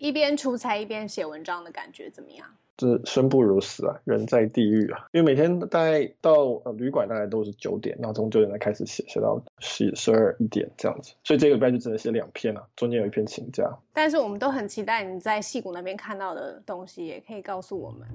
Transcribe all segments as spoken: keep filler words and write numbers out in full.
一边出差一边写文章的感觉怎么样？ 这生不如死啊，人在地狱啊！因为每天大概到呃旅馆大概都是九点，然后从九点才开始写，写到十、十二、一点这样子，所以这个礼拜就只能写两篇啊，中间有一篇请假。 但是我们都很期待你在矽谷那边看到的东西，也可以告诉我们。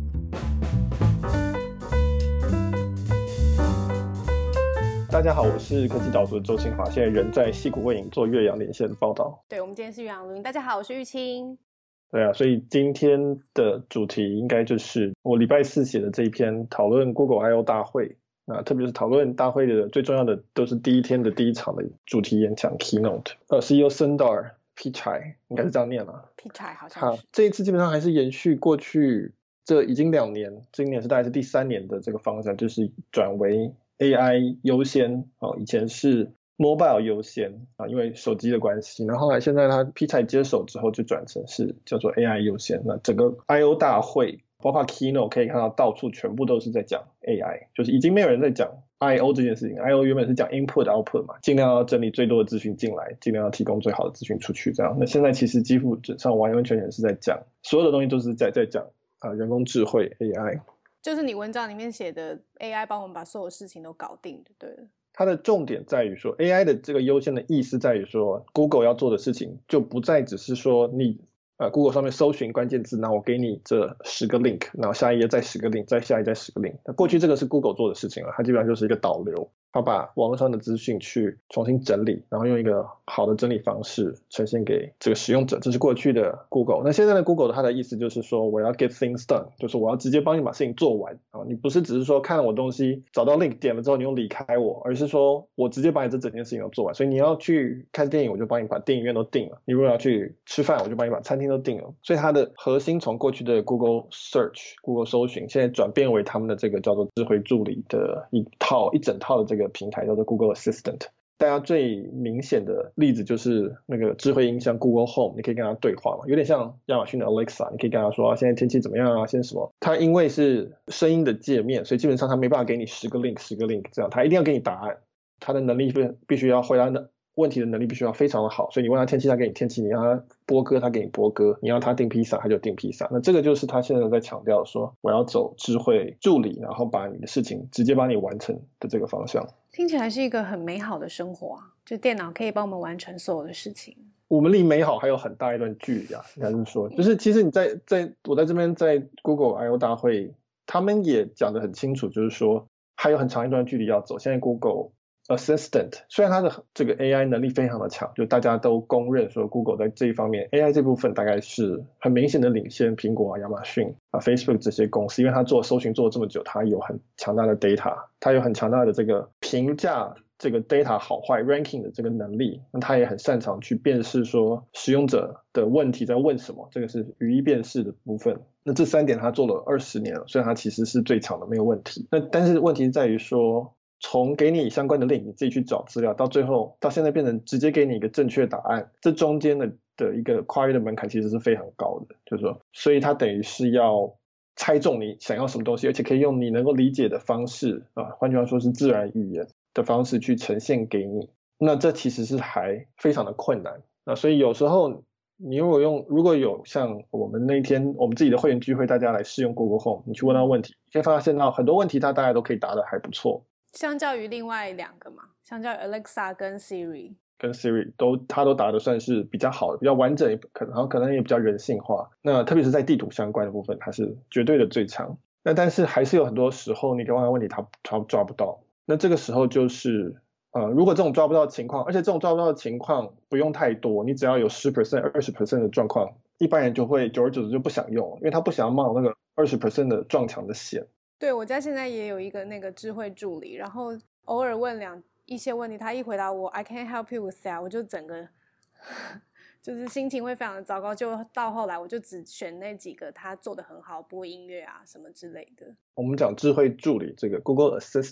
大家好，我是科技岛主的周清华，现在人在矽谷为您做岳阳连线的报道。 对，我们今天是岳阳录音。大家好，我是玉清。 对啊，所以今天的主题应该就是我礼拜四写的这一篇讨论 Google I O 大会，那特别是讨论大会的最重要的都是第一天的第一场的主题演讲 Keynote， 呃 C E O Sundar Pichai 应该是这样念啦 Pichai 好像是。 这一次基本上还是延续过去这已经两年，今年是大概是第三年的这个方向，就是转为 A I 优先，哦，以前是mobile 优先啊，因为手机的关系，然后后来现在他 Pichai 接手之后就转成是叫做 A I 优先。那整个 I O 大会包括 Keynote 可以看到到处全部都是在讲 A I， 就是已经没有人在讲 I O 这件事情。 I O 原本是讲 input output 嘛，尽量要整理最多的资讯进来，尽量要提供最好的资讯出去这样。那现在其实几乎上完完全全是在讲所有的东西都是在在讲啊人工智慧 A I， 就是你文章里面写的 A I 帮我们把所有事情都搞定就对了。 它的重点在于说 A I 的这个优先的意思在于说 Google 要做的事情就不再只是说你呃 Google 上面搜寻关键字，那我给你这十个 link， 然后下一页再十个 link， 再下一页再十个 link。那过去这个是 Google 做的事情了，它基本上就是一个导流，它把网络上的资讯去重新整理，然后用一个好的整理方式呈现给这个使用者，这是过去的 Google。 那现在的 Google 它的意思就是说我要 get things done， 就是我要直接帮你把事情做完啊，你不是只是说看了我东西找到 link 点了之后你又离开我，而是说我直接把你这整件事情都做完。所以你要去看电影我就帮你把电影院都订了，你如果要去吃饭我就帮你把餐厅都订了。所以它的核心从过去的 Google Search Google 搜寻现在转变为他们的这个叫做智慧助理的一套一整套的这个平台叫做 Google Assistant。 大家最明显的例子就是那个智慧音箱 Google Home， 你可以跟它对话嘛，有点像亚马逊的 Alexa， 你可以跟它说、啊、现在天气怎么样啊，现在什么。它因为是声音的界面，所以基本上它没办法给你十个 link 十个 link 这样，它一定要给你答案，它的能力必须要回答的问题的能力必须要非常的好。所以你问他天气他给你天气，你让他播歌他给你播歌，你让他订披萨他就订披萨。那这个就是他现在在强调说我要走智慧助理，然后把你的事情直接帮你完成的这个方向。 听起来是一个很美好的生活啊，就电脑可以帮我们完成所有的事情。 我们离美好还有很大一段距离啊，应该是说就是其实你在在我在这边在 Google I O 大会他们也讲得很清楚，就是说还有很长一段距离要走。现在 Google Assistant 虽然它的这个 A I 能力非常的强，就大家都公认说 Google 在这一方面 A I 这部分大概是很明显的领先苹果啊、亚马逊啊、Facebook 这些公司，因为它做搜寻做了这么久，它有很强大的 data， 它有很强大的这个评价这个 data 好坏 ranking 的这个能力，那它也很擅长去辨识说使用者的问题在问什么，这个是语义辨识的部分。那这三点它做了二十年了，所以它其实是最强的，没有问题。那但是问题在于说从给你相关的 link 你自己去找资料，到最后到现在变成直接给你一个正确答案，这中间的的一个跨越的门槛其实是非常高的，就是说所以它等于是要猜中你想要什么东西，而且可以用你能够理解的方式啊，换句话说是自然语言的方式去呈现给你。那这其实是还非常的困难。那所以有时候你如果用如果有像我们那天我们自己的会员聚会大家来试用 Google Home， 你去问到问题，你可以发现到很多问题它大家都可以答得还不错， 相较于另外两个嘛，相较于 Alexa 跟 Siri 跟 Siri 都它都答得算是比较好的，比较完整，可能可能也比较人性化。那特别是在地图相关的部分它是绝对的最强。那但是还是有很多时候你给问的问题它它抓不到，那这个时候就是呃，如果这种抓不到的情况，而且这种抓不到的情况不用太多，你只要有 百分之十 百分之二十 的状况，一般人就会久而久之就不想用，因为他不想要冒那个 百分之二十 的撞墙的险。 对，我家现在也有一个那个智慧助理，然后偶尔问两一些问题，他一回答我 I can't help you with that， 我就整个就是心情会非常的糟糕，就到后来我就只选那几个他做得很好，播音乐啊什么之类的。 我们讲智慧助理这个 Google Assistant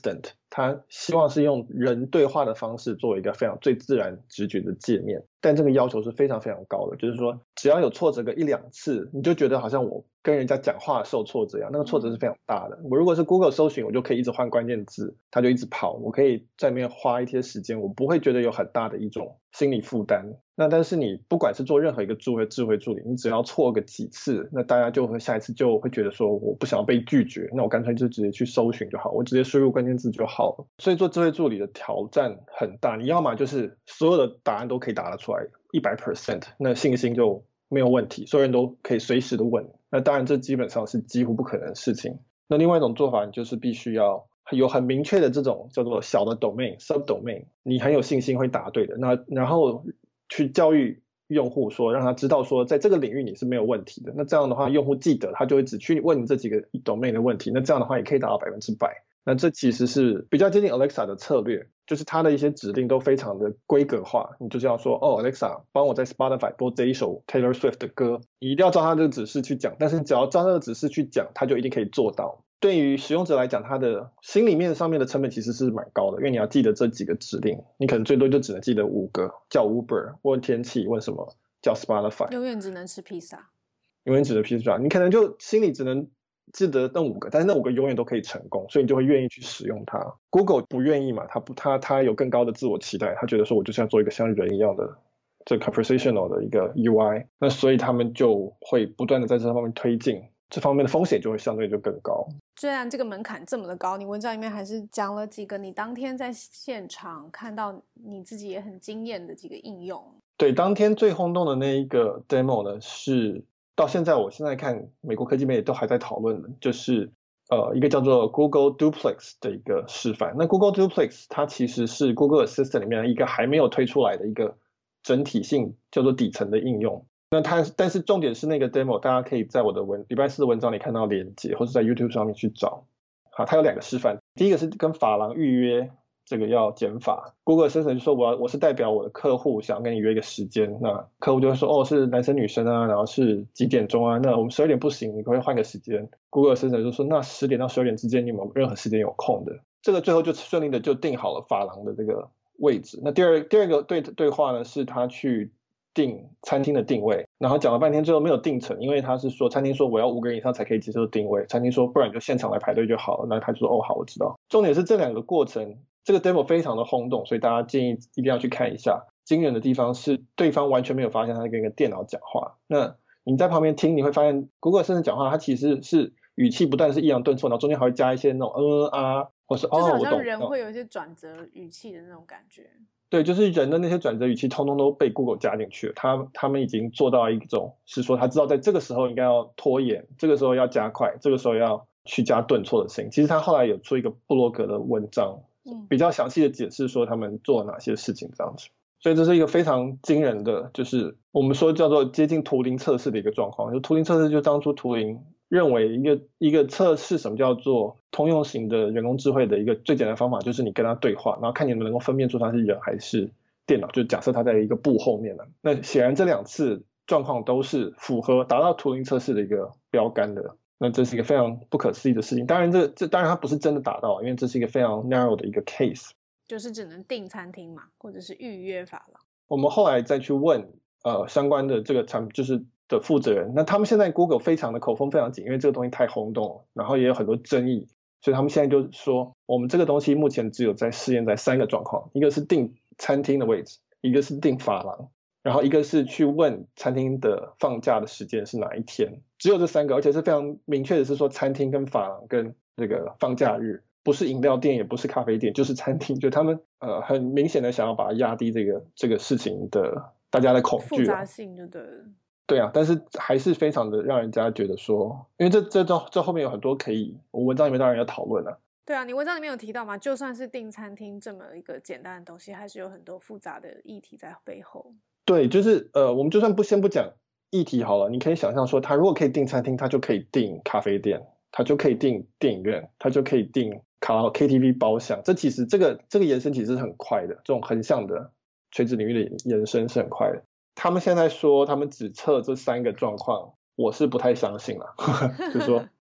他希望是用人对话的方式做一个非常最自然直觉的界面，但这个要求是非常非常高的，就是说只要有挫折个一两次，你就觉得好像我跟人家讲话受挫折一样，那个挫折是非常大的。我如果是 Google 搜寻，我就可以一直换关键字，它就一直跑，我可以在里面花一些时间，我不会觉得有很大的一种心理负担。那但是你不管是做任何一个智慧智慧助理，你只要错个几次，那大家就会下一次就会觉得说我不想要被拒绝，那我干脆就直接去搜寻就好，我直接输入关键字就好了。所以做智慧助理的挑战很大，你要么就是所有的答案都可以答得出来 百分之百， 那信心就没有问题，所有人都可以随时的问，那当然这基本上是几乎不可能的事情。那另外一种做法，你就是必须要有很明确的这种叫做小的 domain subdomain， 你很有信心会答对的，那然后去教育用户说，让他知道说在这个领域你是没有问题的，那这样的话用户记得他就会只去问你这几个 domain 的问题，那这样的话也可以达到百分之百。那这其实是比较接近 Alexa 的策略，就是它的一些指令都非常的规格化，你就是要说哦 Alexa 帮我在 Spotify 播这一首 Taylor Swift 的歌，你一定要照它这个指示去讲，但是只要照这个指示去讲，它就一定可以做到。对于使用者来讲，他的心里面上面的成本其实是蛮高的，因为你要记得这几个指令，你可能最多就只能记得五个，叫 Uber 问天气问什么，叫 Spotify 永远只能吃披萨， 永远只能披萨，你可能就心里只能记得那五个，但是那五个永远都可以成功，所以你就会愿意去使用它。 Google 不愿意嘛，他不他他有更高的自我期待，他觉得说我就是要做一个像人一样的这 conversational 的一个 U I， 那所以他们就会不断的在这方面推进，这方面的风险就会相对就更高。 虽然这个门槛这么的高，你文章里面还是讲了几个你当天在现场看到你自己也很惊艳的几个应用。 对，当天最轰动的那一个 demo 呢，是到现在我现在看美国科技媒体都还在讨论的，就是呃一个叫做 Google Duplex 的一个示范。那 Google Duplex 它其实是 Google Assistant 里面一个还没有推出来的一个整体性叫做底层的应用。那它但是重点是那个 demo 大家可以在我的文礼拜四的文章里看到连结，或者在 YouTube 上面去找。好，它有两个示范，第一个是跟发廊预约，这个要减法。 Google Assistant 就说我要我是代表我的客户想跟你约一个时间，那客户就会说哦是男生女生啊，然后是几点钟啊，那我们十二点不行，你可不可以换个时间。 Google Assistant 就说那十点到十二点之间你有没有任何时间有空的，这个最后就顺利的就定好了发廊的这个位置。那第二第二个对对话呢，是他去定餐厅的定位，然后讲了半天最后没有定成，因为他是说餐厅说我要五个人以上才可以接受定位，餐厅说不然就现场来排队就好了，那他就说哦好我知道。重点是这两个过程，这个 demo 非常的轰动，所以大家建议一定要去看一下。惊人的地方是对方完全没有发现他在跟一个电脑讲话，那你在旁边听你会发现 Google 甚至讲话他其实是语气不但是抑扬顿挫，然后中间还会加一些那种嗯啊或是哦我懂， 就是好像人会有一些转折语气的那种感觉。 对，就是人的那些转折语气通通都被 Google 加进去了，他他们已经做到一种是说他知道在这个时候应该要拖延，这个时候要加快，这个时候要去加顿挫的声音。其实他后来有出一个部落格的文章，比较详细的解释说他们做了哪些事情这样子。所以这是一个非常惊人的，就是我们说叫做接近图灵测试的一个状况。就图灵测试就当初图灵认为一个一个测试什么叫做通用型的人工智慧的一个最简单的方法，就是你跟他对话，然后看你能不能够分辨出他是人还是电脑，就假设他在一个布后面了。那显然这两次状况都是符合达到图灵测试的一个标杆的，那这是一个非常不可思议的事情。当然这这当然它不是真的达到，因为这是一个非常 narrow 的一个 case， 就是只能订餐厅嘛，或者是预约法了。 我们后来再去问呃相关的这个产就是的负责人，那他们现在 Google 非常的口风非常紧，因为这个东西太轰动了，然后也有很多争议，所以他们现在就说我们这个东西目前只有在试验在三个状况，一个是订餐厅的位置，一个是订发廊，然后一个是去问餐厅的放假的时间是哪一天，只有这三个，而且是非常明确的是说餐厅跟发廊跟这个放假日，不是饮料店也不是咖啡店，就是餐厅，就他们呃很明显的想要把它压低这个这个事情的大家的恐惧、啊、 复杂性就对了。 对啊，但是还是非常的让人家觉得说，因为这这这这后面有很多可以，我文章里面当然要讨论了、啊。 对啊，你文章里面有提到嘛，就算是订餐厅这么一个简单的东西，还是有很多复杂的议题在背后。 对，就是呃，我们就算不先不讲议题好了，你可以想象说，他如果可以订餐厅，他就可以订咖啡店，他就可以订电影院，他就可以订卡拉 K T V 包厢。这其实这个这个延伸其实是很快的，这种横向的垂直领域的延伸是很快的。他们现在说他们只测这三个状况，我是不太相信了。就是说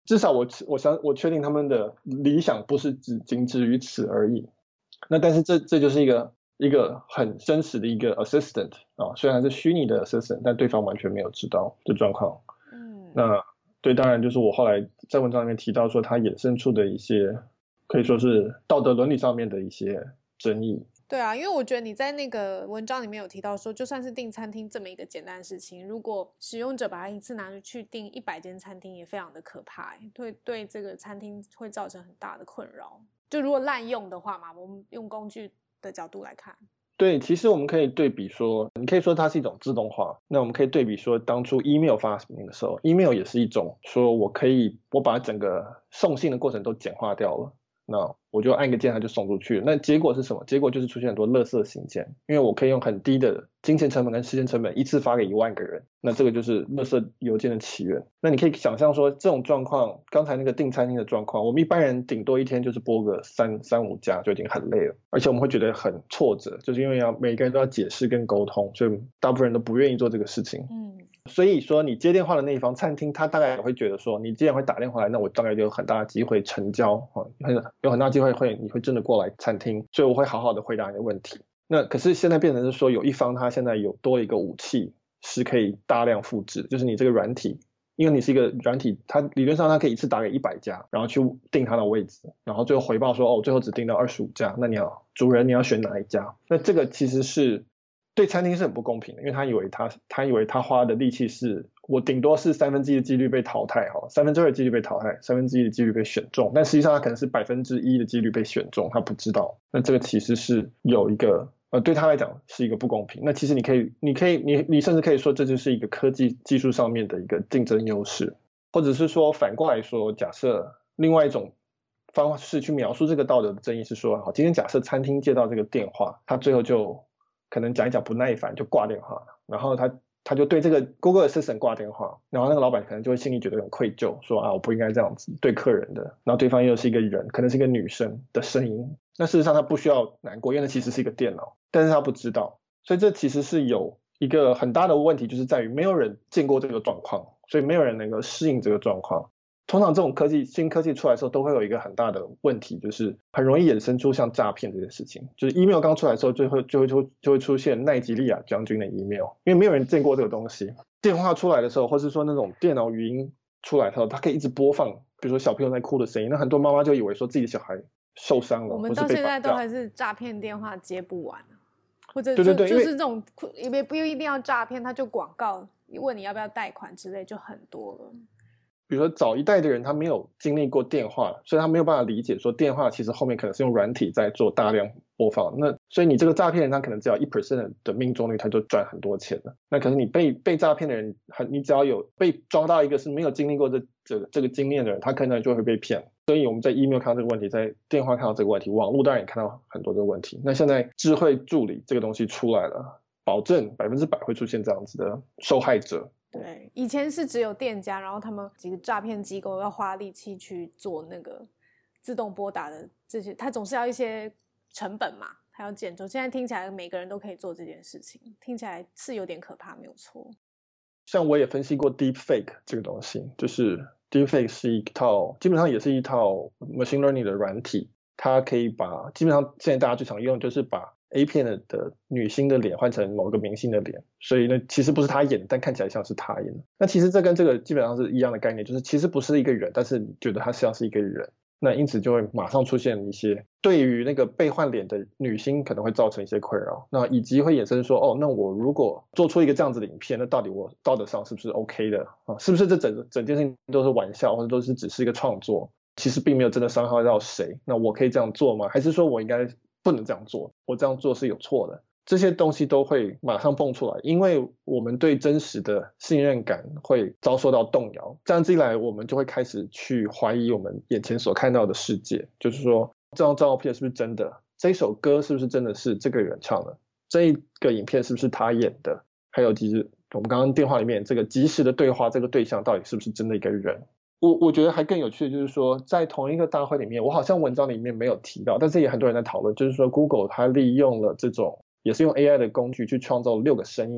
至少我我想我确定他们的理想不是只仅止于此而已。那但是这这就是一个一个很真实的一个 assistant 啊，虽然是虚拟的 assistant， 但对方完全没有知道的状况。嗯，那对，当然就是我后来在文章里面提到说，它衍生出的一些可以说是道德伦理上面的一些争议。 对啊，因为我觉得你在那个文章里面有提到说，就算是订餐厅这么一个简单的事情，如果使用者把它一次拿去订一百间餐厅，也非常的可怕，对对，这个餐厅会造成很大的困扰。就如果滥用的话嘛，我们用工具的角度来看。 对，其实我们可以对比说，你可以说它是一种自动化，那我们可以对比说，当初 email 发明的时候 ，email 也是一种说我可以我把整个送信的过程都简化掉了。那我就按个键它就送出去了，那结果是什么？结果就是出现很多垃圾信件，因为我可以用很低的金钱成本跟时间成本一次发给一万个人，那这个就是垃圾邮件的起源。那你可以想象说这种状况，刚才那个订餐厅的状况，我们一般人顶多一天就是拨个三三五家就已经很累了，而且我们会觉得很挫折，就是因为要每个人都要解释跟沟通，所以大部分人都不愿意做这个事情。嗯。所以说你接电话的那一方餐厅，他大概也会觉得说，你既然会打电话来，那我大概就有很大的机会成交，有很大机会会你会真的过来餐厅，所以我会好好的回答你的问题。那可是现在变成是说，有一方他现在有多一个武器是可以大量复制，就是你这个软体，因为你是一个软体，它理论上它可以一次打给一百家，然后去定它的位置，然后最后回报说，哦，最后只定到二十五家，那你要主人你要选哪一家？那这个其实是对餐厅是很不公平的，因为他以为他他以为他花的力气是我顶多是三分之一的几率被淘汰哈，三分之二的几率被淘汰，三分之一的几率被选中，但实际上他可能是百分之一的几率被选中，他不知道。那这个其实是有一个呃对他来讲是一个不公平。那其实你可以你可以你你甚至可以说这就是一个科技技术上面的一个竞争优势，或者是说反过来说，假设另外一种方式去描述这个道德的争议是说，好，今天假设餐厅接到这个电话，他最后就可能讲一讲不耐烦就挂电话了，然后他他就对这个 Google Assistant 挂电话，然后那个老板可能就会心里觉得很愧疚，说啊我不应该这样子对客人的，然后对方又是一个人，可能是一个女生的声音，那事实上他不需要难过，因为那其实是一个电脑，但是他不知道，所以这其实是有一个很大的问题，就是在于没有人见过这个状况，所以没有人能够适应这个状况。通常这种科技新科技出来的时候都会有一个很大的问题，就是很容易衍生出像诈骗这件事情，就是 email 刚出来的时候就会就会就就会出现奈及利亚将军的 email， 因为没有人见过这个东西。电话出来的时候，或是说那种电脑语音出来的时候，它可以一直播放比如说小朋友在哭的声音，那很多妈妈就以为说自己的小孩受伤了， 我们到现在都还是诈骗电话接不完，或者对对对， 就是这种也不一定要诈骗，他就广告问你要不要贷款之类就很多了。 比如说早一代的人他没有经历过电话，所以他没有办法理解说电话其实后面可能是用软体在做大量播放，那所以你这个诈骗人他可能只要 百分之一 的命中率他就赚很多钱了。那可是你被被诈骗的人，你只要有被抓到一个是没有经历过这这个这个经验的人，他可能就会被骗。所以我们在 email 看到这个问题，在电话看到这个问题，网络当然也看到很多这个问题。那现在智慧助理这个东西出来了，保证百分之百会出现这样子的受害者。 对，以前是只有店家，然后他们几个诈骗机构要花力气去做那个自动拨打的这些，他总是要一些成本嘛，他要减重。现在听起来每个人都可以做这件事情，听起来是有点可怕，没有错。 像我也分析过 Deepfake 这个东西，就是 Deepfake 是一套基本上也是一套 machine learning 的软体，它可以把基本上现在大家最常用就是把A 片 的, 的女星的脸换成某个明星的脸，所以呢其实不是她演，但看起来像是她演。那其实这跟这个基本上是一样的概念，就是其实不是一个人，但是你觉得她像是一个人，那因此就会马上出现一些对于那个被换脸的女星可能会造成一些困扰，那以及会衍生说，哦，那我如果做出一个这样子的影片，那到底我道德上是不是 OK 的啊？是不是这整整件事情都是玩笑，或者都是只是一个创作，其实并没有真的伤害到谁？那我可以这样做吗？还是说我应该不能这样做，我这样做是有错的？这些东西都会马上蹦出来，因为我们对真实的信任感会遭受到动摇，这样子一来我们就会开始去怀疑我们眼前所看到的世界，就是说这张照片是不是真的，这首歌是不是真的是这个人唱的，这一个影片是不是他演的，还有其实我们刚刚电话里面这个即时的对话，这个对象到底是不是真的一个人。我我觉得还更有趣的就是说，在同一个大会里面，我好像文章里面没有提到，但是也很多人在讨论，就是说 Google 它利用了这种也是用 A I 的工具去创造六个声音，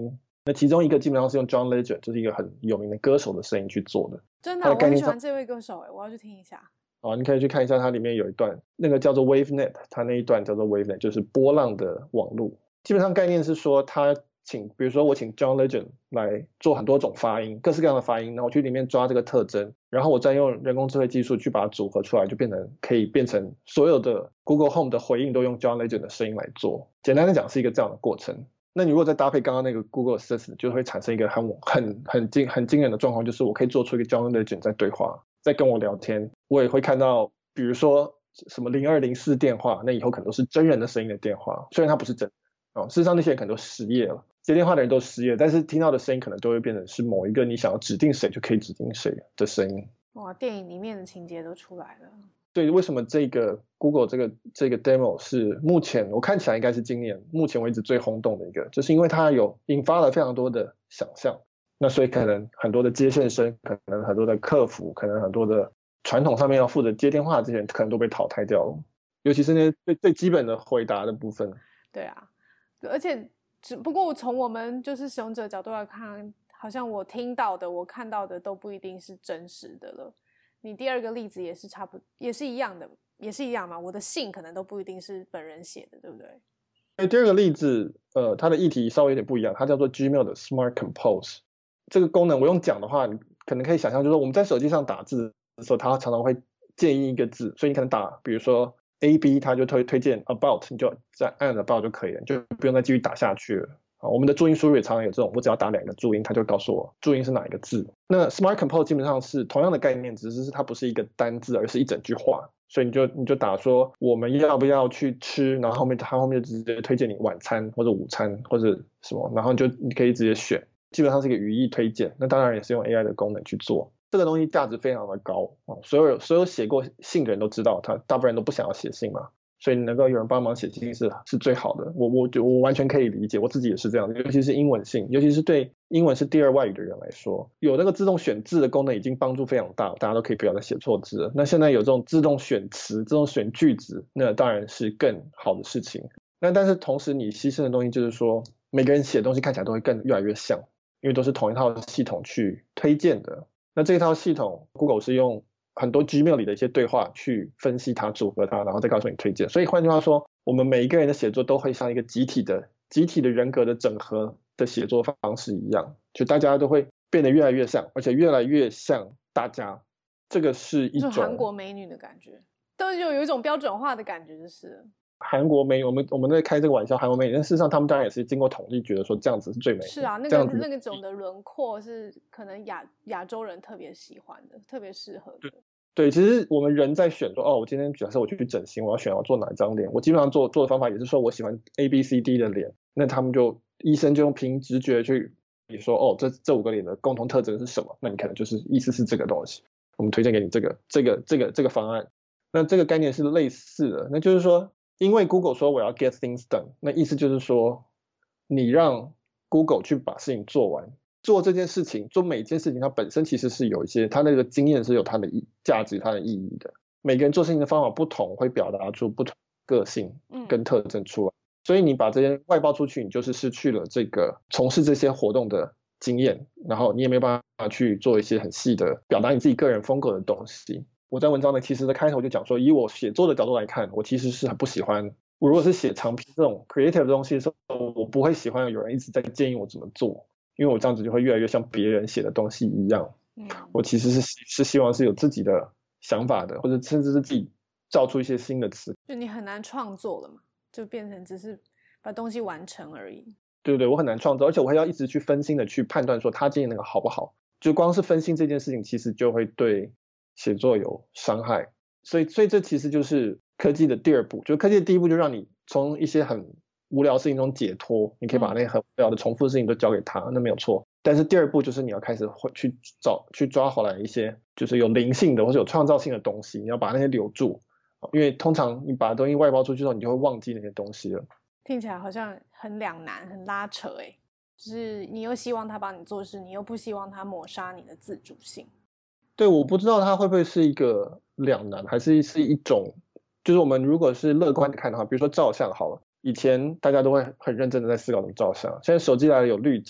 那其中一个基本上是用 John Legend， 就是一个很有名的歌手的声音去做的。 真的、啊，我很喜欢这位歌手哎，我要去听一下。 哦，你可以去看一下，它里面有一段，那个叫做 WaveNet， 它那一段叫做 WaveNet， 就是波浪的网路。基本上概念是说，他请，比如说我请 John Legend 来做很多种发音，各式各样的发音，然后我去里面抓这个特征，然后我再用人工智慧技术去把它组合出来，就变成可以变成所有的 Google Home 的回应都用 John Legend 的声音来做。简单的讲是一个这样的过程。那你如果再搭配刚刚那个 Google Assistant， 就会产生一个很很很惊很惊人的状况，就是我可以做出一个 John Legend 在对话，在跟我聊天。我也会看到，比如说什么零二零四电话，那以后可能都是真人的声音的电话，虽然它不是真的哦，事实上那些人可能都失业了，接电话的人都失业，但是听到的声音可能都会变成是某一个你想要指定谁就可以指定谁的声音。 哇，电影里面的情节都出来了。 对，为什么这个 Google 这个这个 demo 是目前我看起来应该是今年目前为止最轰动的一个，就是因为它有引发了非常多的想象。那所以可能很多的接线生，可能很多的客服，可能很多的传统上面要负责接电话的这些人，可能都被淘汰掉了，尤其是那些最最基本的回答的部分。 对啊，而且只不过从我们就是使用者角度来看，好像我听到的我看到的都不一定是真实的了。你第二个例子也是差不也是一样的，也是一样嘛，我的信可能都不一定是本人写的，对不对？ 所以第二个例子呃，它的议题稍微有点不一样，它叫做 Gmail 的 Smart Compose。这个功能我用讲的话，你可能可以想象，就是说我们在手机上打字的时候，它常常会建议一个字，所以你可能打比如说 A B， 它就推推荐 About， 你就再按 About 就可以了，你就不用再继续打下去了。我们的注音输入也常常有这种，我只要打两个注音，它就告诉我注音是哪一个字。那 Smart Compose 基本上是同样的概念，只是它不是一个单字，而是一整句话。所以你就你就打说我们要不要去吃，然后后面它后面就直接推荐你晚餐或者午餐或者什么，然后你就你可以直接选，基本上是一个语义推荐。那当然也是用 A I 的功能去做，这个东西价值非常的高，所有所有写过信的人都知道，他大部分人都不想要写信嘛。所以能够有人帮忙写信是是最好的，我我我完全可以理解，我自己也是这样，尤其是英文信，尤其是对英文是第二外语的人来说，有那个自动选字的功能已经帮助非常大，大家都可以不要再写错字了。那现在有这种自动选词、自动选句子，那当然是更好的事情。那但是同时你牺牲的东西就是说，每个人写的东西看起来都会更越来越像，因为都是同一套系统去推荐的。那这一套系统 Google 是用很多 Gmail 里的一些对话去分析它、组合它，然后再告诉你推荐。所以换句话说，我们每一个人的写作都会像一个集体的、集体的人格的整合的写作方式一样，就大家都会变得越来越像，而且越来越像大家。这个是一种就韩国美女的感觉，都有有一种标准化的感觉，就是韩国美女，我们我们在开这个玩笑，韩国美女，但事实上他们当然也是经过统计，觉得说这样子是最美的。 是啊，那个那个种的轮廓是可能亚亚洲人特别喜欢的，特别适合的。 对，对，其实我们人在选说，哦，我今天假设我去整形，我要选要做哪一张脸，我基本上做做的方法也是说我喜欢 A B C D 的脸，那他们就医生就用凭直觉去你说，哦，这这五个脸的共同特征是什么？那你可能就是意思是这个东西，我们推荐给你这个这个这个这个方案。那这个概念是类似的，那就是说，因为 Google 说我要 get things done， 那意思就是说，你让 Google 去把事情做完。做这件事情，做每一件事情，它本身其实是有一些，它那个经验是有它的价值、它的意义的。每个人做事情的方法不同，会表达出不同个性跟特征出来。嗯、所以你把这些外包出去，你就是失去了这个从事这些活动的经验，然后你也没有办法去做一些很细的表达你自己个人风格的东西。我在文章的其实的开头就讲说，以我写作的角度来看，我其实是很不喜欢。我如果是写长篇这种 creative 的东西的时候，我不会喜欢有人一直在建议我怎么做。因为我这样子就会越来越像别人写的东西一样，嗯、我其实是是希望是有自己的想法的，或者甚至是自己造出一些新的词。 就你很难创作了嘛，就变成只是把东西完成而已。 对对，我很难创作，而且我还要一直去分心的去判断说他建议那个好不好。就光是分心这件事情，其实就会对写作有伤害。所以，所以这其实就是科技的第二步，就科技的第一步就让你从一些很无聊事情中解脱，你可以把那些很无聊的重复的事情都交给他，那没有错。但是第二步就是你要开始去找去抓回来一些就是有灵性的或者有创造性的东西，你要把那些留住，因为通常你把东西外包出去之后，你就会忘记那些东西了。 听起来好像很两难，很拉扯诶，就是你又希望他帮你做事，你又不希望他抹杀你的自主性。 对，我不知道它会不会是一个两难，还是是一种，就是我们如果是乐观的看的话，比如说照相好了。以前大家都会很认真的在思考怎么照相，现在手机来了有滤镜，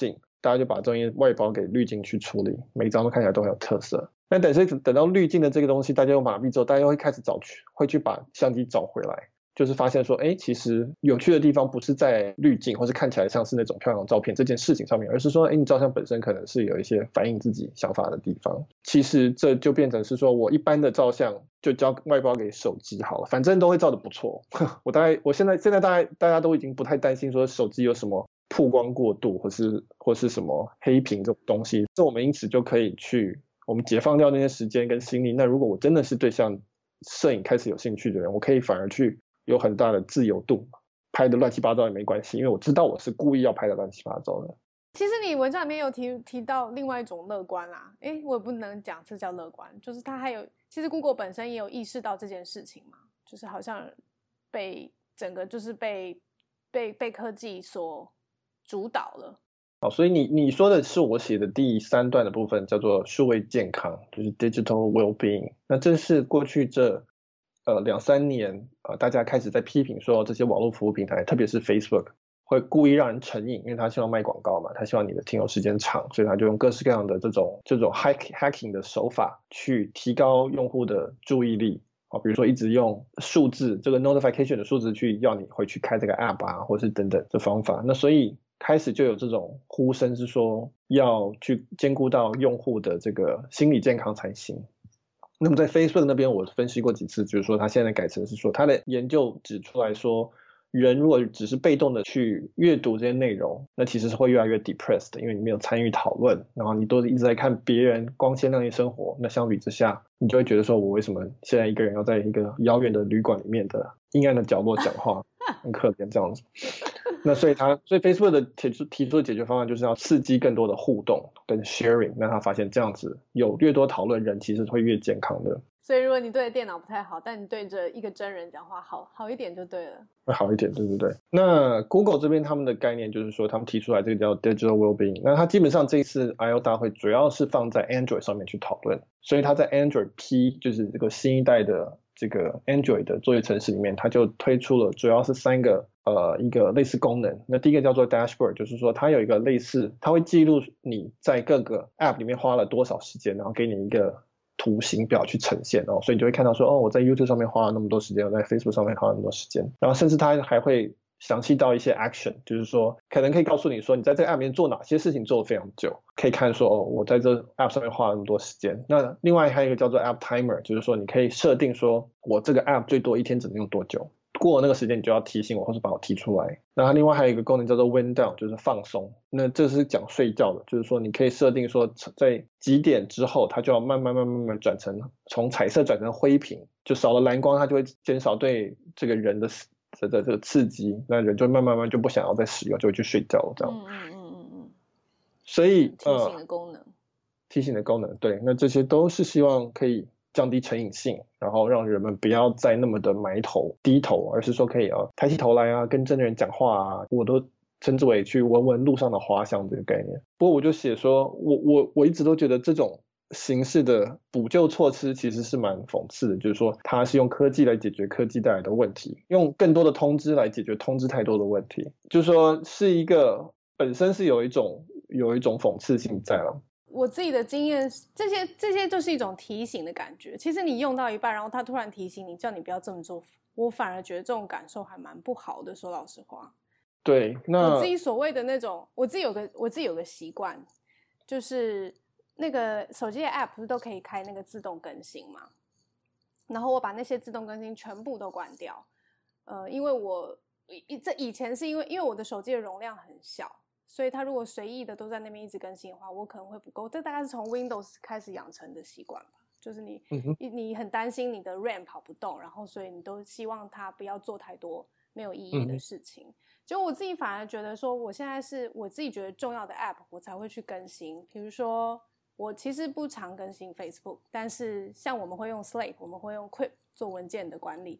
大家就把这些外包给滤镜去处理，每一张都看起来都很有特色。但等是等到滤镜的这个东西大家有麻痹之后，大家又会开始找去会去把相机找回来，就是发现说，哎，其实有趣的地方不是在滤镜或是看起来像是那种漂亮的照片这件事情上面，而是说，哎，你照相本身可能是有一些反映自己想法的地方。其实这就变成是说，我一般的照相就交外包给手机好了，反正都会照得不错。我大概我现在现在大概大家都已经不太担心说手机有什么曝光过度或是或是什么黑屏这种东西，这我们因此就可以去我们解放掉那些时间跟心力。那如果我真的是对像摄影开始有兴趣的人，我可以反而去有很大的自由度，拍的乱七八糟也没关系，因为我知道我是故意要拍的乱七八糟的。 其实你文章里面有提提到另外一种乐观啦，诶，我也不能讲这叫乐观，就是他还有，其实 Google 本身也有意识到这件事情嘛，就是好像被整个就是被被被科技所主导了。 好，所以你你说的是我写的第三段的部分，叫做数位健康，就是 digital well-being。那这是过去这呃两三年呃大家开始在批评说这些网络服务平台，特别是 Facebook 会故意让人成瘾，因为他希望卖广告嘛，他希望你的停留时间长，所以他就用各式各样的这种这种 hack hacking 的手法去提高用户的注意力。啊，比如说一直用数字这个 notification 的数字去要你回去开这个 app 啊，或是等等的方法。那所以开始就有这种呼声是说要去兼顾到用户的这个心理健康才行。那么在 Facebook 那边我分析过几次，就是说他现在改成是说他的研究指出来说，人如果只是被动的去阅读这些内容，那其实是会越来越 depressed， 因为你没有参与讨论，然后你都一直在看别人光鲜亮丽生活，那相比之下你就会觉得说，我为什么现在一个人要在一个遥远的旅馆里面的阴暗的角落讲话，很可怜这样子。那所以他所以 Facebook 的提出提出的解决方案就是要刺激更多的互动跟 sharing， 那他发现这样子有越多讨论，人其实会越健康的。 所以如果你对着电脑不太好，但你对着一个真人讲话好好一点就对了， 会好一点，对对对。那 Google 这边他们的概念就是说，他们提出来这个叫 digital well-being， 那他基本上这一次 I O 大会主要是放在 Android 上面去讨论，所以他在 Android P 就是这个新一代的这个 Android 的作业程式里面，他就推出了主要是三个呃一个类似功能。那第一个叫做 dashboard， 就是说它有一个类似，它会记录你在各个 App 里面花了多少时间，然后给你一个图形表去呈现哦，所以你就会看到说，哦，我在 YouTube 上面花了那么多时间，我在 Facebook 上面花了那么多时间，然后甚至它还会详细到一些 action， 就是说可能可以告诉你说你在这个 App 里面做哪些事情做得非常久，可以看说，哦，我在这 App 上面花了那么多时间。那另外还有一个叫做 App Timer， 就是说你可以设定说我这个 App 最多一天只能用多久，过了那个时间你就要提醒我或是把我提出来。那另外还有一个功能叫做 wind down， 就是放松，那这是讲睡觉的，就是说你可以设定说在几点之后它就要慢慢慢慢慢慢转成从彩色转成灰屏，就少了蓝光，它就会减少对这个人的这个这个刺激，那人就慢慢慢就不想要再使用，就会去睡觉了这样。 嗯嗯嗯嗯嗯。 所以提醒的功能、呃， 提醒的功能，对，那这些都是希望可以降低成瘾性，然后让人们不要再那么的埋头低头，而是说可以啊抬起头来啊，跟真人讲话啊，我都称之为去闻闻路上的花香这个概念。不过我就写说，我我我一直都觉得这种形式的补救措施其实是蛮讽刺的，就是说它是用科技来解决科技带来的问题，用更多的通知来解决通知太多的问题，就是说是一个本身是有一种有一种讽刺性在了。 我自己的经验，这些这些就是一种提醒的感觉。其实你用到一半，然后他突然提醒你，叫你不要这么做，我反而觉得这种感受还蛮不好的。说老实话， 对，那我自己所谓的那种，我自己有个我自己有个习惯，就是那个手机的 App 不是都可以开那个自动更新嘛？然后我把那些自动更新全部都关掉。呃，因为我这以前是因为因为我的手机的容量很小。所以它如果随意的都在那边一直更新的话，我可能会不够。这大概是从 Windows 开始养成的习惯吧，就是你、嗯、你很担心你的 RAM 跑不动，然后所以你都希望它不要做太多没有意义的事情。就、嗯、我自己反而觉得说，我现在是我自己觉得重要的 App 我才会去更新。比如说我其实不常更新 Facebook， 但是像我们会用 Slack， 我们会用 Quip 做文件的管理。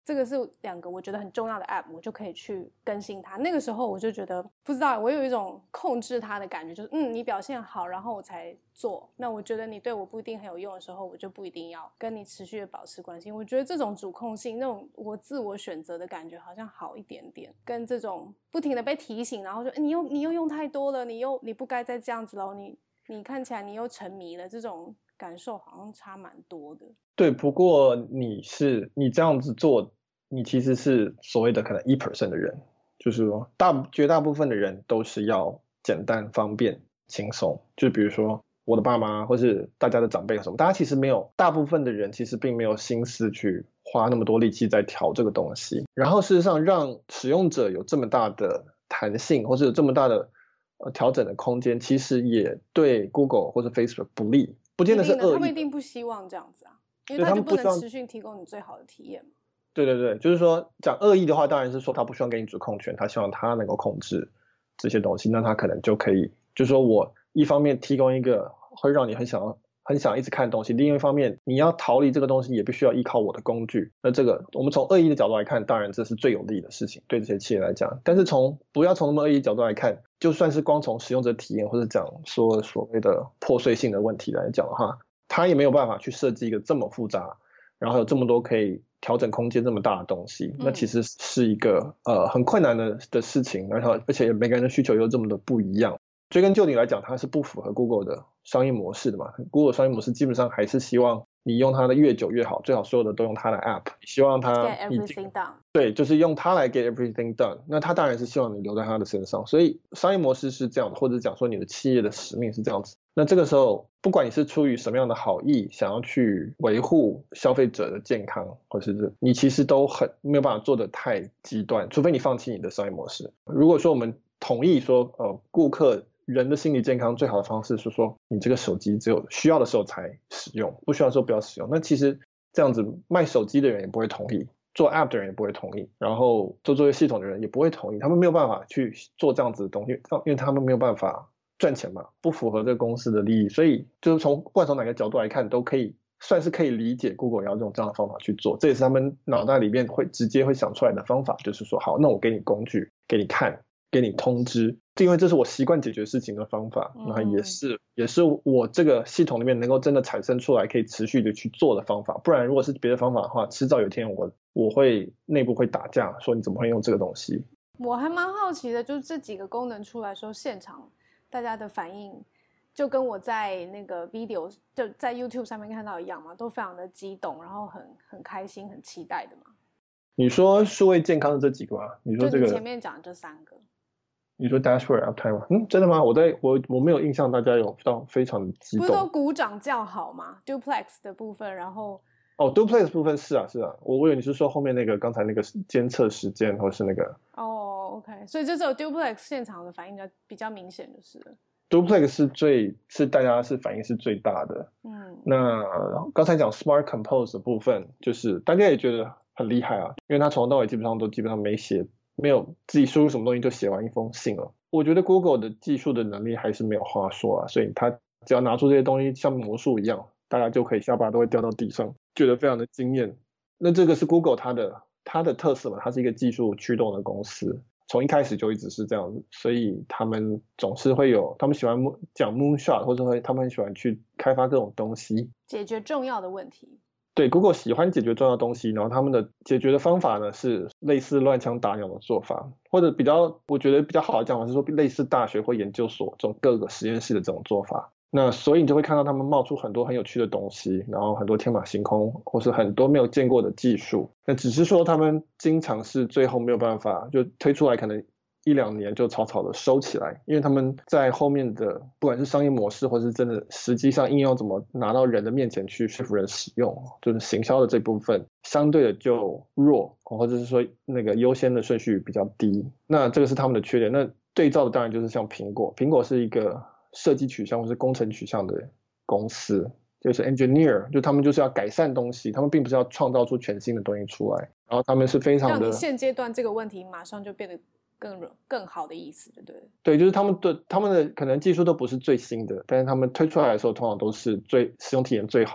这个是两个我觉得很重要的 app， 我就可以去更新它。那个时候我就觉得不知道，我有一种控制它的感觉，就是嗯，你表现好，然后我才做。那我觉得你对我不一定很有用的时候，我就不一定要跟你持续的保持关系。我觉得这种主控性，那种我自我选择的感觉好像好一点点，跟这种不停的被提醒，然后就你又你又用太多了，你又你不该再这样子了，你你看起来你又沉迷了，这种感受好像差蛮多的。 对，不过你是你这样子做，你其实是所谓的可能 百分之一 的人，就是说大绝大部分的人都是要简单、方便、轻松。就比如说我的爸妈或是大家的长辈什么，大家其实没有，大部分的人其实并没有心思去花那么多力气在调这个东西。然后事实上让使用者有这么大的弹性，或是有这么大的呃调整的空间，其实也对 Google 或是 Facebook 不利，不见得是恶意的。 他们一定不希望这样子啊，因为他就不能持续提供你最好的体验嘛。 对对对，就是说讲恶意的话，当然是说他不希望给你主控权，他希望他能够控制这些东西，那他可能就可以，就是说我一方面提供一个会让你很想要很想一直看的东西，另一方面你要逃离这个东西也必须要依靠我的工具。那这个我们从恶意的角度来看，当然这是最有利的事情，对这些企业来讲。但是从不要从那么恶意的角度来看，就算是光从使用者体验或者讲说所谓的破碎性的问题来讲的话，他也没有办法去设计一个这么复杂，然后有这么多可以调整空间这么大的东西，那其实是一个呃很困难的的事情，然后而且每个人的需求又这么的不一样。追根究底来讲，它是不符合 Google 的商业模式的嘛。Google 商业模式基本上还是希望你用它的越久越好，最好所有的都用它的 app， 希望它 get everything done。 对，就是用它来 get everything done。那它当然是希望你留在它的身上，所以商业模式是这样的，或者讲说你的企业的使命是这样子。那这个时候，不管你是出于什么样的好意，想要去维护消费者的健康，或是你其实都很没有办法做得太极端，除非你放弃你的商业模式。如果说我们同意说，呃，顾客人的心理健康最好的方式是说，你这个手机只有需要的时候才使用，不需要的时候不要使用。那其实这样子卖手机的人也不会同意，做 app 的人也不会同意，然后做作业系统的人也不会同意，他们没有办法去做这样子的东西，因为他们没有办法赚钱嘛，不符合这个公司的利益。所以就是从不管从哪个角度来看，都可以算是可以理解 Google 要用这样的方法去做，这也是他们脑袋里面会直接会想出来的方法，就是说好，那我给你工具，给你看，给你通知，因为这是我习惯解决事情的方法，那也是也是我这个系统里面能够真的产生出来可以持续的去做的方法。不然如果是别的方法的话，迟早有一天我我会内部会打架，说你怎么会用这个东西。 我还蛮好奇的，就是这几个功能出来的时候，现场大家的反应就跟我在那个 video 就在 YouTube 上面看到一样嘛，都非常的激动，然后很很开心很期待的嘛。 你说数位健康的这几个吗？你说这个就你前面讲的这三个， 你说 Dashboard Uptime 吗？嗯，真的吗？我在我我没有印象大家有到非常激动。 不是都鼓掌叫好吗 ？Duplex 的部分，然后哦 ，Duplex 部分是啊是啊，我以为你是说后面那个刚才那个监测时间或是那个。 哦 ，OK， 所以这只有 Duplex 现场的反应比较明显就是了。 Duplex 是最是大家是反应是最大的。嗯，那刚才讲 Smart Compose 的部分，就是大家也觉得很厉害啊，因为他从头到尾基本上都基本上没写，没有自己输入什么东西就写完一封信了。我觉得 Google 的技术的能力还是没有话说啊，所以他只要拿出这些东西像魔术一样，大家就可以下巴都会掉到地上，觉得非常的惊艳。那这个是 Google 它的它的特色嘛，它是一个技术驱动的公司，从一开始就一直是这样子，所以他们总是会有，他们喜欢讲 moonshot， 或者会他们很喜欢去开发各种东西， 解决重要的问题。 对 ，Google 喜欢解决重要的东西，然后他们的解决的方法呢是类似乱枪打鸟的做法，或者比较我觉得比较好的讲法是说类似大学或研究所这种各个实验室的这种做法。那所以你就会看到他们冒出很多很有趣的东西，然后很多天马行空或是很多没有见过的技术。那只是说他们经常是最后没有办法就推出来，可能一两年就草草的收起来，因为他们在后面的不管是商业模式或是真的实际上应用怎么拿到人的面前去说服人使用，就是行销的这部分相对的就弱，或者是说那个优先的顺序比较低。那这个是他们的缺点。那对照的当然就是像苹果，苹果是一个设计取向或是工程取向的公司，就是 engineer， 就他们就是要改善东西，他们并不是要创造出全新的东西出来，然后他们是非常的让你现阶段这个问题马上就变得更更好的意思，对不对？ 对，就是他们的他们的可能技术都不是最新的，但是他们推出来的时候通常都是最使用体验最好的。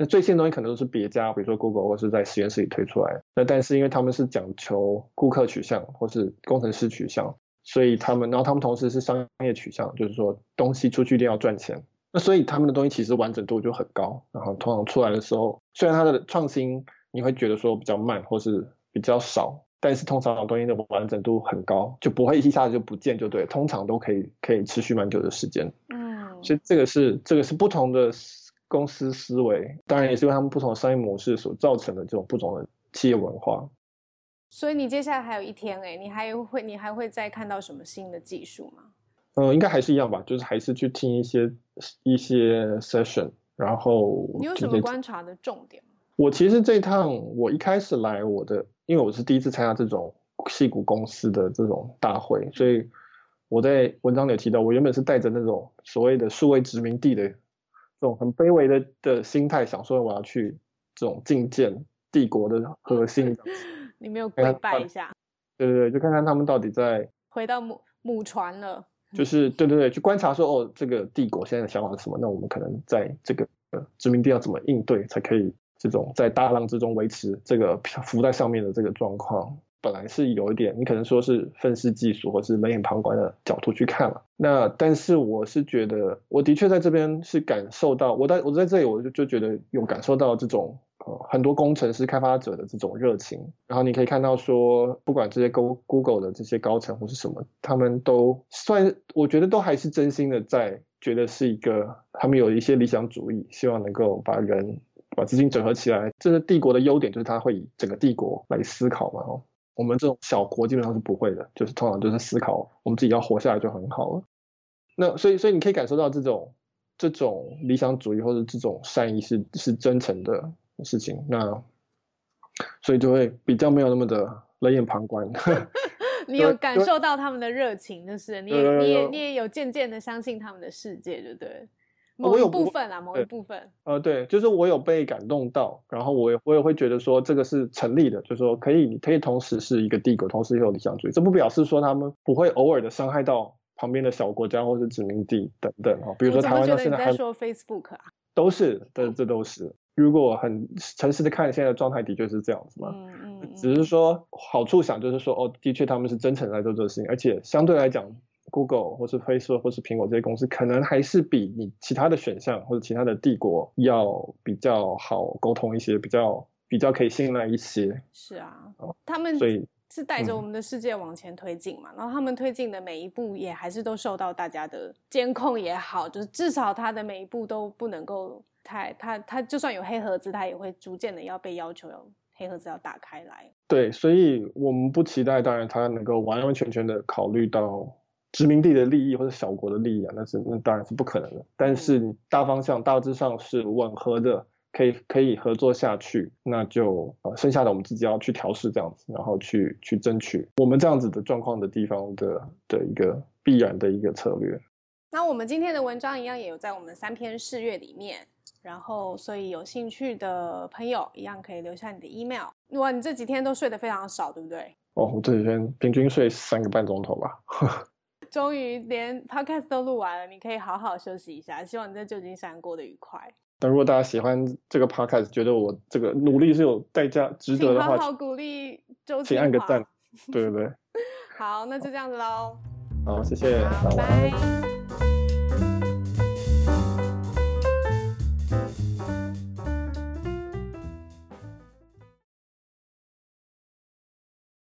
那最新的东西可能都是别家，比如说 Google 或是在实验室里推出来的。那但是因为他们是讲求顾客取向或是工程师取向，所以他们，然后他们同时是商业取向，就是说东西出去一定要赚钱。那所以他们的东西其实完整度就很高，然后通常出来的时候，虽然它的创新你会觉得说比较慢或是比较少，但是通常东西的完整度很高，就不会一下子就不见就对，通常都可以可以持续蛮久的时间。嗯，所以这个是这个是不同的公司思维，当然也是因为他们不同的商业模式所造成的这种不同的企业文化。 所以你接下来还有一天哎、欸，你还会你还会再看到什么新的技术吗？ 呃，应该还是一样吧，就是还是去听一些一些 session， 然后你有什么观察的重点吗？ 我其实这一趟我一开始来我的，因为我是第一次参加这种矽谷公司的这种大会，所以我在文章里有提到，我原本是带着那种所谓的数位殖民地的这种很卑微的的心态，想说我要去这种觐见帝国的核心。 你没有跪拜一下？ 对对对，就看看他们到底在回到母母船了。 就是对对对，去观察说哦，这个帝国现在的想法是什么？那我们可能在这个殖民地要怎么应对，才可以这种在大浪之中维持这个浮在上面的这个状况。本来是有一点，你可能说是愤世嫉俗或是冷眼旁观的角度去看了。那但是我是觉得，我的确在这边是感受到，我在我在这里我就就觉得有感受到这种。呃，很多工程师开发者的这种热情，然后你可以看到说，不管这些 Google 的这些高层或是什么，他们都算，我觉得都还是真心的在觉得是一个，他们有一些理想主义，希望能够把人把资金整合起来。这是帝国的优点，就是他会以整个帝国来思考嘛。哦，我们这种小国基本上是不会的，就是通常就是思考我们自己要活下来就很好了。那所以所以你可以感受到这种这种理想主义或者这种善意是是真诚的事情，那所以就会比较没有那么的冷眼旁观。 你有感受到他们的热情，就是你也你也你也有渐渐的相信他们的世界，对不对？某一部分啊，某一部分。呃， 对，就是我有被感动到，然后我也我也会觉得说这个是成立的，就是说可以，你可以同时是一个帝国，同时又有理想主义，这不表示说他们不会偶尔的伤害到旁边的小国家或是殖民地等等啊，比如说台湾到现在还。 我怎么觉得你在说 Facebook 啊？ 都是，这这都是。如果很诚实的看，现在的状态的确是这样子嘛。嗯嗯嗯。只是说好处想就是说，哦，的确他们是真诚来做这个事情，而且相对来讲 ，Google 或是 Facebook 或是苹果这些公司，可能还是比你其他的选项或者其他的帝国要比较好沟通一些，比较比较可以信赖一些。 是啊，哦、他们所以。是带着我们的世界往前推进嘛、嗯、然后他们推进的每一步也还是都受到大家的监控也好，就是至少他的每一步都不能够太他他就算有黑盒子，他也会逐渐的要被要求要黑盒子要打开来。 对，所以我们不期待当然他能够完完全全的考虑到殖民地的利益或者小国的利益啊，那是那当然是不可能的，但是大方向大致上是吻合的，可以可以合作下去，那就呃剩下的我们自己要去调试这样子，然后去去争取我们这样子的状况的地方的的一个必然的一个策略。 那我们今天的文章一样也有在我们三篇试阅里面，然后所以有兴趣的朋友一样可以留下你的 email。哇，你这几天都睡得非常少，对不对？ 哦，我这几天平均睡三个半钟头吧。 终于连 podcast 都录完了，你可以好好休息一下。希望你在旧金山过得愉快。 但如果大家喜欢这个 podcast， 觉得我这个努力是有代价值得的话， 请好好鼓励周清华， 请按个赞。对对对。 好，那就这样子咯。 好，谢谢， 拜拜。